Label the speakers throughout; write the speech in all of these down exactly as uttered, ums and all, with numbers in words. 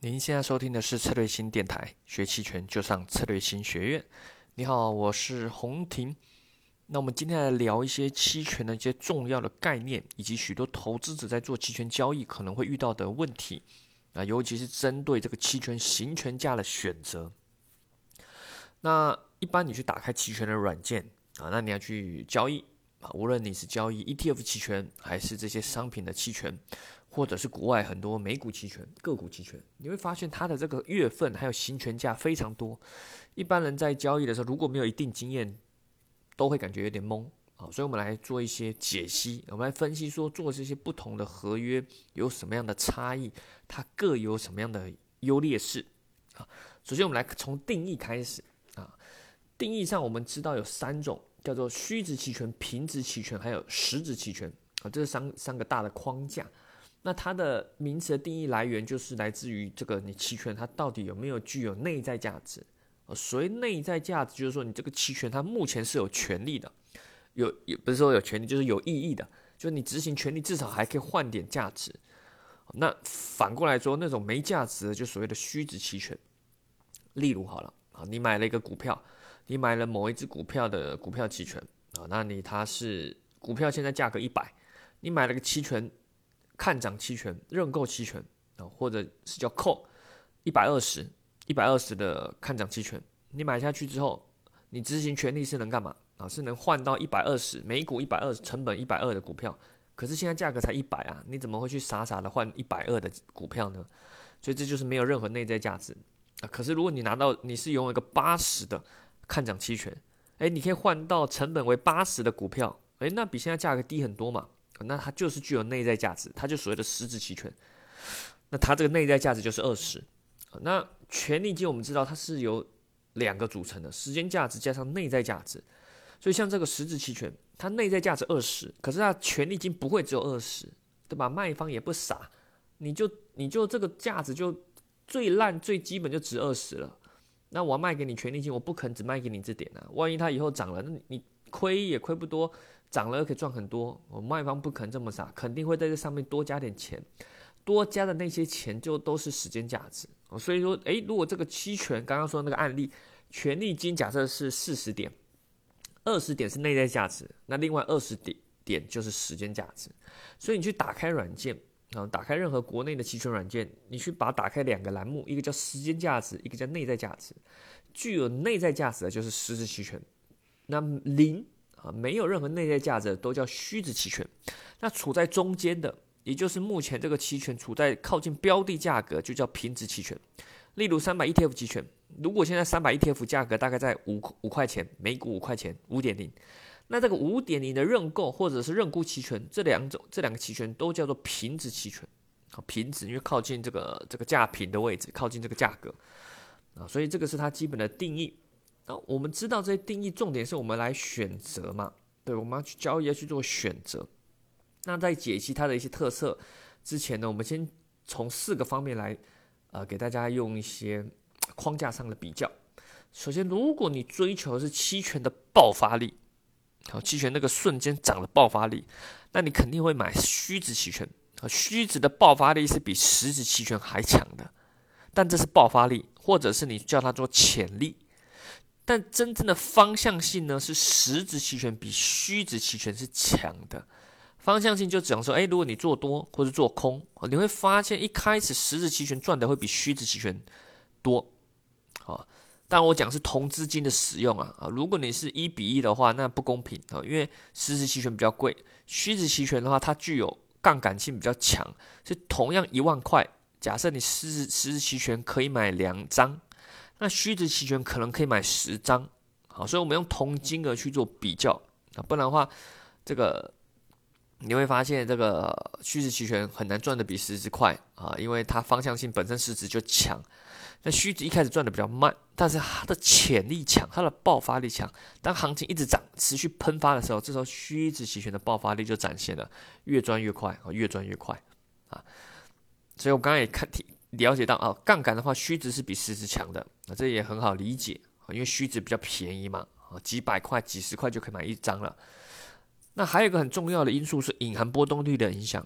Speaker 1: 您现在收听的是策略星电台，学期权就上策略星学院。你好，我是洪婷。那我们今天来聊一些期权的一些重要的概念，以及许多投资者在做期权交易可能会遇到的问题啊，尤其是针对这个期权行权价的选择。那一般你去打开期权的软件啊，那你要去交易啊，无论你是交易 E T F 期权，还是这些商品的期权，或者是国外很多美股期权、个股期权，你会发现它的这个月份还有行权价非常多。一般人在交易的时候，如果没有一定经验，都会感觉有点懵啊。所以我们来做一些解析，我们来分析说做这些不同的合约有什么样的差异，它各有什么样的优劣势啊。首先，我们来从定义开始啊。定义上，我们知道有三种，叫做虚值期权、平值期权，还有实值期权啊，这是三三个大的框架。那它的名词的定义来源就是来自于这个你期权它到底有没有具有内在价值。所谓内在价值，就是说你这个期权它目前是有权利的，有也不是说有权利，就是有意义的，就是你执行权利至少还可以换点价值。那反过来说，那种没价值的就所谓的虚值期权。例如好了，你买了一个股票，你买了某一只股票的股票期权，那你它是股票现在价格一百，你买了个期权，看涨期权、认购期权，或者是叫 call 一百二十。一百二十的看涨期权，你买下去之后，你执行权利是能干嘛啊？是能换到一百二十每股一百二十成本一百二十的股票，可是现在价格才一百啊，你怎么会去傻傻的换一百二十的股票呢？所以这就是没有任何内在价值啊。可是如果你拿到你是拥有一个八十的看涨期权，哎，你可以换到成本为八十的股票，哎，那比现在价格低很多嘛，那它就是具有内在价值，它就所谓的实质期权。那它这个内在价值就是二十。那权利金我们知道它是由两个组成的，时间价值加上内在价值。所以像这个实质期权，它内在价值二十，可是它权利金不会只有二十，对吧？卖方也不傻，你就你就这个价值就最烂最基本就值二十了。那我要卖给你权利金，我不可能只卖给你这点啊。万一它以后涨了，那你亏也亏不多，涨了又可以赚很多。我卖方不可能这么傻，肯定会在这上面多加点钱。多加的那些钱就都是时间价值，所以说，诶，如果这个期权刚刚说的那个案例，权利金假设是四十点，二十点是内在价值，那另外二十点就是时间价值。所以你去打开软件啊，打开任何国内的期权软件，你去把它打开两个栏目，一个叫时间价值，一个叫内在价值。具有内在价值的就是实质期权，那零啊没有任何内在价值的都叫虚值期权。那处在中间的，也就是目前这个期权处在靠近标的价格，就叫平值期权。例如三百 E T F 期权，如果现在三百 E T F 价格大概在 5, 5块钱，每股五块钱 五点零， 那这个 五点零 的认购或者是认沽期权，这两种这两个期权都叫做平值期权。平值因为靠近这个这个价平的位置，靠近这个价格啊，所以这个是它基本的定义。那我们知道这些定义，重点是我们来选择嘛，对，我们要去交易要去做选择。那在解析它的一些特色之前呢，我们先从四个方面来，呃，给大家用一些框架上的比较。首先，如果你追求的是期权的爆发力，好，期权那个瞬间涨的爆发力，那你肯定会买虚值期权。虚值的爆发力是比实值期权还强的，但这是爆发力，或者是你叫它做潜力。但真正的方向性呢，是实值期权比虚值期权是强的。方向性就讲说，哎，如果你做多或者做空，你会发现一开始实质期权赚的会比虚值期权多。好，但我讲是同资金的使用啊，如果你是一比一的话，那不公平啊，因为实质期权比较贵，虚值期权的话，它具有杠杆性比较强，是同样一万块，假设你实质实质期权可以买两张，那虚值期权可能可以买十张。好，所以我们用同金额去做比较啊，不然的话，这个。你会发现这个虚值期权很难赚的比实值快啊，因为它方向性本身实质就强。那虚值一开始赚的比较慢，但是它的潜力强，它的爆发力强。当行情一直涨，持续喷发的时候，这时候虚值期权的爆发力就展现了，越赚越快啊，越赚越快啊。所以我刚刚也看了解到啊，杠杆的话，虚值是比实值强的啊，这也很好理解啊，因为虚值比较便宜嘛啊，几百块、几十块就可以买一张了。那还有一个很重要的因素是隐含波动率的影响，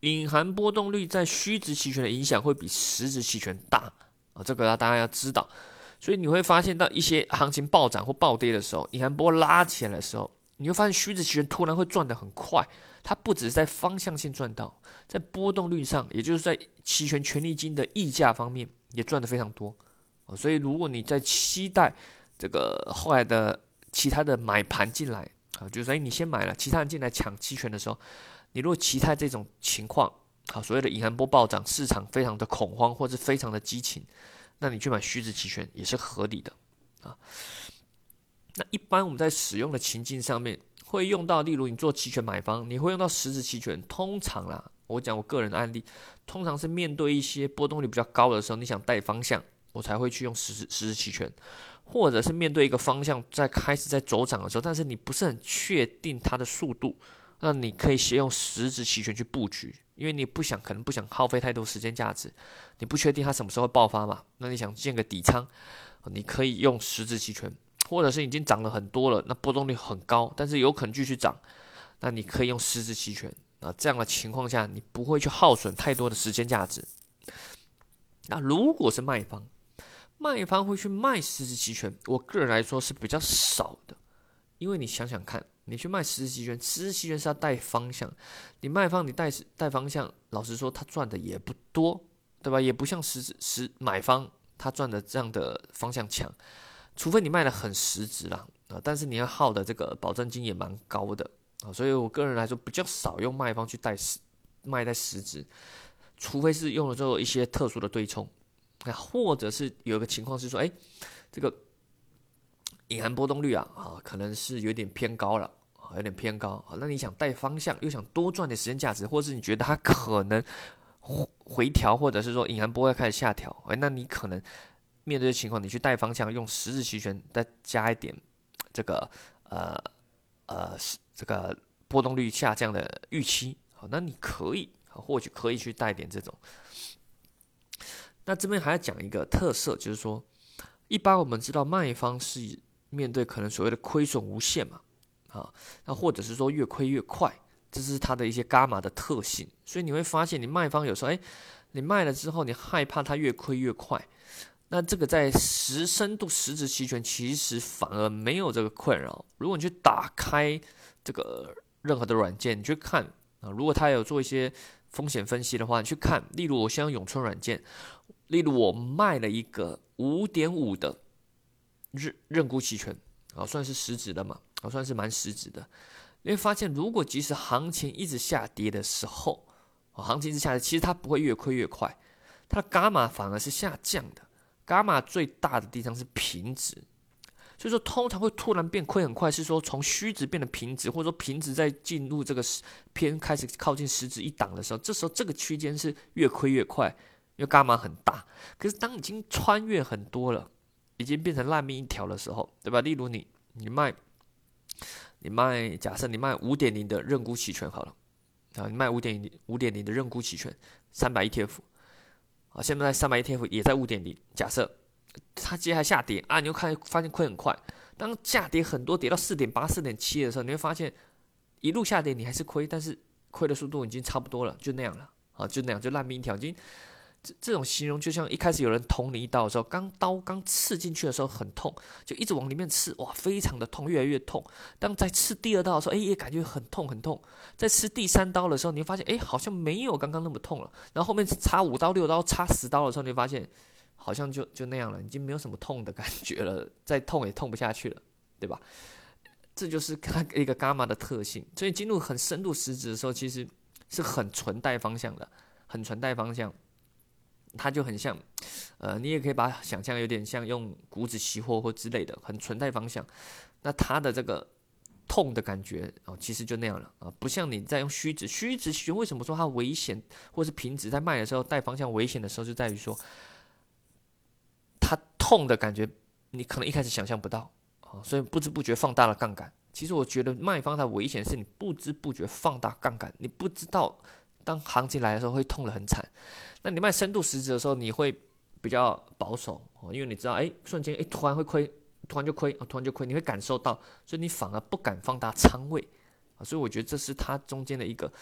Speaker 1: 隐含波动率在虚值期权的影响会比实值期权大啊，这个大家要知道。所以你会发现到一些行情暴涨或暴跌的时候，隐含波拉起来的时候，你会发现虚值期权突然会赚得很快。它不只是在方向性赚到，在波动率上，也就是在期权权利金的溢价方面也赚得非常多。所以如果你在期待这个后来的其他的买盘进来啊，就是说，哎，你先买了，其他人进来抢期权的时候，你如果期待这种情况，啊，所谓的隐含波暴涨，市场非常的恐慌或是非常的激情，那你去买虚值期权也是合理的啊。那一般我们在使用的情境上面会用到，例如你做期权买方，你会用到实质期权。通常啦，我讲我个人的案例，通常是面对一些波动率比较高的时候，你想带方向，我才会去用实质实质期权，或者是面对一个方向在开始在走涨的时候，但是你不是很确定它的速度，那你可以先用实质期权去布局，因为你不想可能不想耗费太多时间价值，你不确定它什么时候会爆发嘛，那你想建个底仓，你可以用实质期权。或者是已经涨了很多了，那波动率很高，但是有可能继续涨，那你可以用实质期权啊。这样的情况下，你不会去耗损太多的时间价值。那如果是卖方，卖方会去卖实质期权，我个人来说是比较少的，因为你想想看，你去卖实质期权，实质期权是要带方向，你卖方你带带方向，老实说他赚的也不多，对吧？也不像实质实买方他赚的这样的方向强。除非你卖的很实质啦，啊，但是你要耗的这个保证金也蛮高的啊，所以我个人来说比较少用卖方去带实卖在实质，除非是用了之后一些特殊的对冲，啊，或者是有一个情况是说，哎，这个隐含波动率啊，啊，可能是有点偏高了，啊，有点偏高，啊，那你想带方向，又想多赚点时间价值，或者是你觉得它可能回调，或者是说隐含波要开始下调，哎，那你可能。面对的情况，你去带方向，用实质期权再加一点这个呃呃这个波动率下降的预期，好，那你可以或许可以去带点这种。那这边还要讲一个特色，就是说，一般我们知道卖方是面对可能所谓的亏损无限嘛，啊，那或者是说越亏越快，这是它的一些伽马的特性。所以你会发现，你卖方有时候，哎，你卖了之后，你害怕它越亏越快。那这个在实深度实质期权其实反而没有这个困扰。如果你去打开这个任何的软件，你去看啊，如果它有做一些风险分析的话，你去看，例如我先用永春软件，例如我卖了一个 五点五 的认认沽期权啊，算是实质的嘛，啊，算是蛮实质的。你会发现，如果即使行情一直下跌的时候，啊，行情一直下跌，其实它不会越亏越快，它的伽马反而是下降的。伽马最大的地方是平值，所以说通常会突然变亏很快，是说从虚值变得平值，或者说平值在进入这个偏开始靠近实值一档的时候，这时候这个区间是越亏越快，因为伽马很大。可是当已经穿越很多了，已经变成烂命一条的时候，对吧？例如你你卖你卖，假设你卖 五点零 的认沽期权好了，啊，你卖 五点零 五点零 的认沽期权三百 E T F。啊，现在三百 E T F 也在 五点零， 假设它接下来下跌啊，你又看发现亏很快。当下跌很多，跌到 四点八、四点七 的时候，你会发现一路下跌你还是亏，但是亏的速度已经差不多了，就那样了啊，就那样，就烂命一条。已经这这种形容就像一开始有人捅你一刀的时候，刚刀刚刺进去的时候很痛，就一直往里面刺，哇，非常的痛，越来越痛。当在刺第二刀的时候，哎，也感觉很痛很痛。在吃第三刀的时候，你会发现，哎，好像没有刚刚那么痛了。然后后面插五刀、六刀、插十刀的时候，你会发现，好像就就那样了，已经没有什么痛的感觉了，再痛也痛不下去了，对吧？这就是它一个伽马的特性。所以进入很深度实质的时候，其实是很纯带方向的，很纯带方向。它就很像，呃，你也可以把它想象有点像用股指期货或之类的，很纯带方向。那它的这个痛的感觉哦，其实就那样了啊，不像你在用虚值。虚值期权为什么说它危险，或是平值在卖的时候带方向危险的时候，就在于说它痛的感觉，你可能一开始想象不到啊，所以不知不觉放大了杠杆。其实我觉得卖方它危险是你不知不觉放大杠杆，你不知道当行情来的时候会痛得很惨。那你卖深度实质的时候，你会比较保守，因为你知道，哎，瞬间，哎，突然会亏，突然就亏，突然就亏，你会感受到，所以你反而不敢放大仓位，所以我觉得这是它中间的一个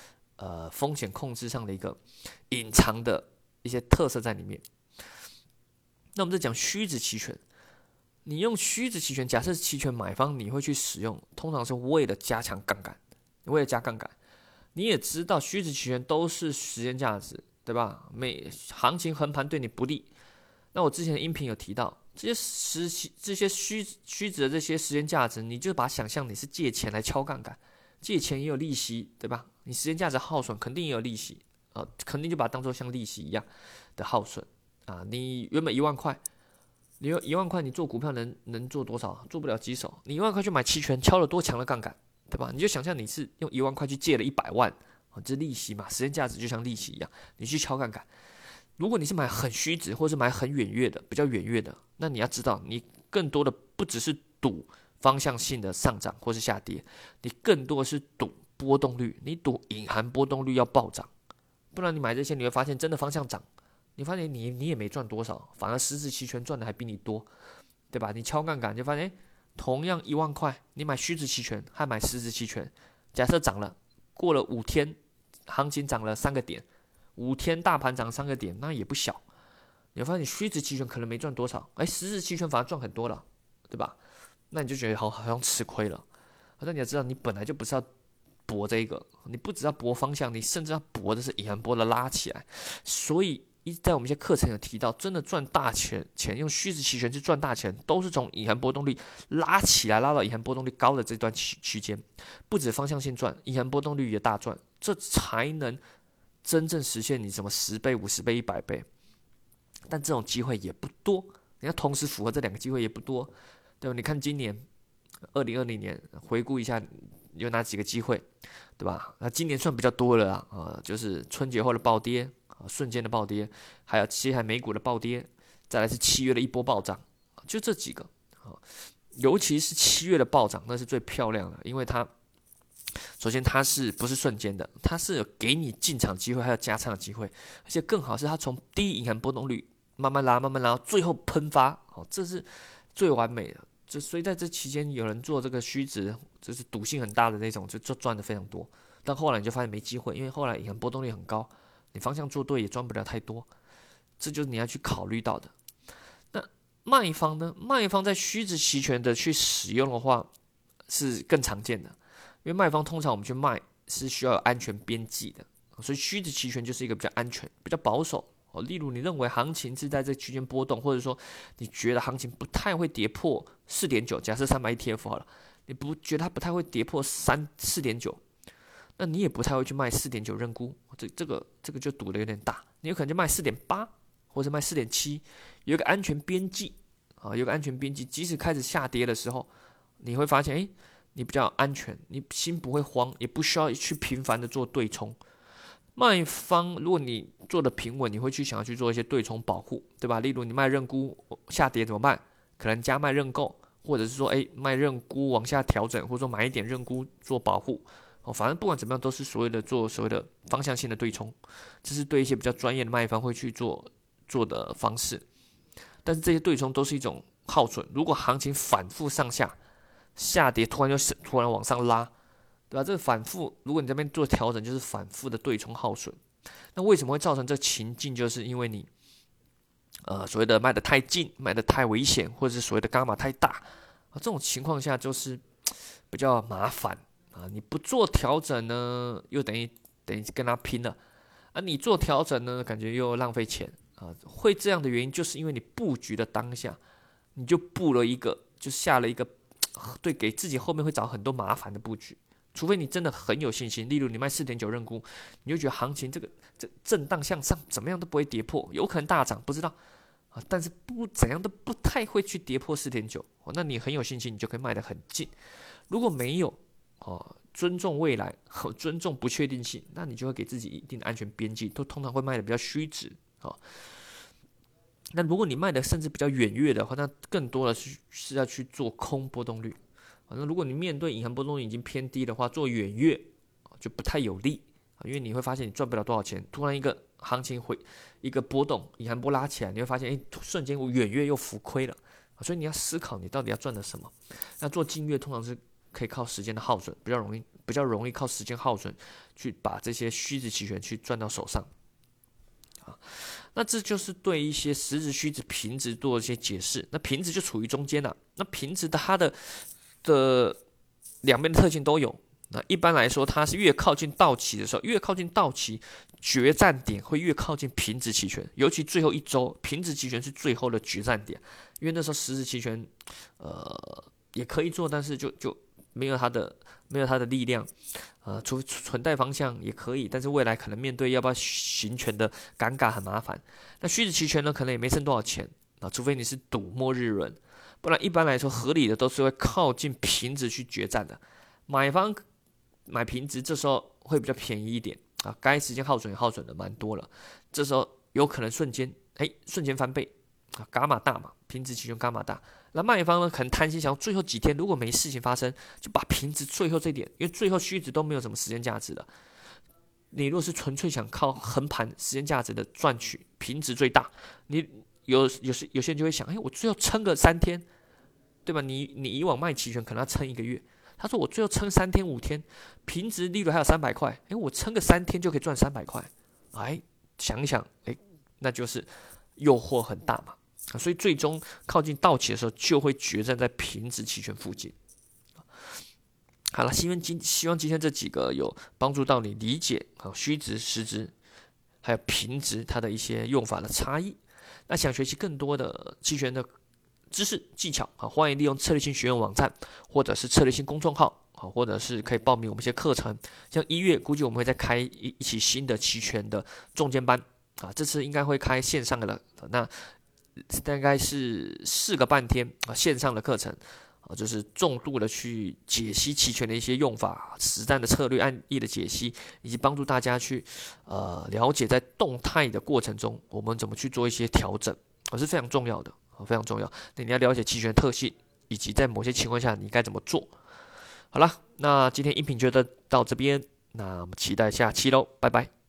Speaker 1: 呃风险控制上的一个隐藏的一些特色在里面。那我们再讲虚值期权，你用虚值期权，假设期权买方你会去使用，通常是为了加强杠杆，为了加杠杆。你也知道虚值期权都是时间价值，对吧？每行情横盘对你不利。那我之前的音频有提到，这些时这些虚虚值的这些时间价值，你就把它想象你是借钱来敲杠杆，借钱也有利息，对吧？你时间价值耗损肯定也有利息，呃，肯定就把它当做像利息一样的耗损啊。你原本一万块，你有一万块，你做股票能能做多少？做不了几手。你一万块去买期权，敲了多强的杠杆，对吧？你就想象你是用一万块去借了一百万，啊，这利息嘛，时间价值就像利息一样，你去敲杠杆。如果你是买很虚值，或是买很远月的，比较远月的，那你要知道，你更多的不只是赌方向性的上涨或是下跌，你更多的是赌波动率，你赌隐含波动率要暴涨，不然你买这些你会发现真的方向涨，你发现你你也没赚多少，反而实质期权赚的还比你多，对吧？你敲杠杆就发现，同样一万块，你买虚值期权和买实质期权，假设涨了，过了五天，行情涨了三个点。五天大盘涨三个点，那也不小。你会发现你虚值期权可能没赚多少，哎，实质期权反而赚很多了，对吧？那你就觉得好好像吃亏了。但你要知道，你本来就不是要搏这个，你不只要搏方向，你甚至要搏的是隐含波的拉起来。所以一在我们一些课程有提到，真的赚大钱，钱用虚值期权去赚大钱，都是从隐含波动率拉起来，拉到隐含波动率高的这段区区间，不止方向性赚，隐含波动率也大赚，这才能真正实现你什么十倍、五十倍、一百倍，但这种机会也不多。你要同时符合这两个机会也不多，对吧？你看今年二零二零年，回顾一下有哪几个机会，对吧？那今年算比较多了啊，呃、就是春节后的暴跌啊，瞬间的暴跌，还有西海美股的暴跌，再来是七月的一波暴涨，就这几个啊，尤其是七月的暴涨，那是最漂亮的，因为它。首先，它是不是瞬间的？它是有给你进场机会，还有加仓的机会，而且更好是它从低隐含波动率慢慢拉，慢慢拉，最后喷发，哦，这是最完美的。这所以在这期间，有人做这个虚值，就是赌性很大的那种，就就赚的非常多。但后来你就发现没机会，因为后来隐含波动率很高，你方向做对也赚不了太多，这就是你要去考虑到的。那卖方呢？卖方在虚值期权的去使用的话，是更常见的。因为卖方通常我们去卖是需要有安全边际的，所以虚值期权就是一个比较安全、比较保守哦。例如你认为行情是在这区间波动，或者说你觉得行情不太会跌破 四点九， 假设三百 E T F 好了，你不觉得它不太会跌破 四点九， 那你也不太会去卖 四点九 认沽，这这个这个就赌的有点大，你有可能就卖 四点八 或者卖 四点七， 有一个安全边际啊，有个安全边际，即使开始下跌的时候，你会发现，哎。你比较安全，你心不会慌，也不需要去频繁的做对冲。卖方如果你做的平稳，你会去想要去做一些对冲保护，对吧？例如你卖认沽下跌怎么办？可能加卖认购，或者是说，哎，卖认沽往下调整，或者说买一点认沽做保护。哦，反正不管怎么样，都是所谓的做所谓的方向性的对冲，这是对一些比较专业的卖方会去做做的方式。但是这些对冲都是一种耗损，如果行情反复上下。下跌突然就突然往上拉，对吧？这个反复，如果你这边做调整，就是反复的对冲耗损。那为什么会造成这情境？就是因为你，呃，所谓的卖得太近，卖得太危险，或者是所谓的伽马太大啊，这种情况下就是比较麻烦啊。你不做调整呢，又等于等于跟他拼了啊。你做调整呢，感觉又浪费钱啊。会这样的原因，就是因为你布局的当下，你就布了一个，就下了一个。对，给自己后面会找很多麻烦的布局，除非你真的很有信心。例如你卖 四点九 认沽，你就觉得行情这个这震荡向上，怎么样都不会跌破，有可能大涨，不知道啊，但是不怎样都不太会去跌破 四点九，哦，那你很有信心，你就可以卖得很近。如果没有哦，尊重未来，哦，尊重不确定性，那你就会给自己一定的安全边际，都通常会卖的比较虚值哦。那如果你卖的甚至比较远月的话，那更多的是是要去做空波动率。反正如果你面对隐含波动率已经偏低的话，做远月就不太有利，因为你会发现你赚不了多少钱。突然一个行情回一个波动，隐含波拉起来，你会发现，哎，瞬间我远月又浮亏了。所以你要思考你到底要赚的什么。那做近月通常是可以靠时间的耗损，比较容易比较容易靠时间耗损去把这些虚值期权去赚到手上。啊，那这就是对一些实值、虚值、平值做一些解释。那平值就处于中间了。那平值的它的的两边的特性都有。那一般来说，它是越靠近到期的时候，越靠近到期决战点会越靠近平值期权，尤其最后一周，平值期权是最后的决战点，因为那时候实值期权，呃，也可以做，但是就就没有它的没有它的力量。呃，除存贷方向也可以，但是未来可能面对要不要行权的尴尬很麻烦。那虚值期权呢，可能也没剩多少钱啊，除非你是赌末日轮，不然一般来说合理的都是会靠近平值去决战的。买方买平值这时候会比较便宜一点啊，该时间耗损也耗损的蛮多了，这时候有可能瞬间哎瞬间翻倍啊，伽马大嘛，平值期权伽马大。那卖方呢，可能贪心，想要最后几天如果没事情发生，就把平值最后这点，因为最后虚值都没有什么时间价值的。你如果是纯粹想靠横盘时间价值的赚取平值最大，你有有些有些人就会想，哎，我最后撑个三天，对吧？你你以往卖期权可能要撑一个月，他说我最后撑三天五天，平值利润还有三百块，哎，我撑个三天就可以赚三百块，哎，想一想，哎，那就是诱惑很大嘛。所以最终靠近到期的时候，就会决战在平值期权附近。好了，希望今希望今天这几个有帮助到你理解啊虚值、实值还有平值它的一些用法的差异。那想学习更多的期权的知识技巧啊，欢迎利用策略性学院网站，或者是策略性公众号啊，或者是可以报名我们一些课程。像一月估计我们会再开一一期新的期权的重剑班啊，这次应该会开线上的了。那大概是四个半天啊，线上的课程啊，就是重度的去解析期权的一些用法、实战的策略案例的解析，以及帮助大家去呃了解在动态的过程中，我们怎么去做一些调整，啊是非常重要的啊，非常重要。那你要了解期权的特性，以及在某些情况下你该怎么做。好了，那今天音频就到这边，那我们期待下期喽，拜拜。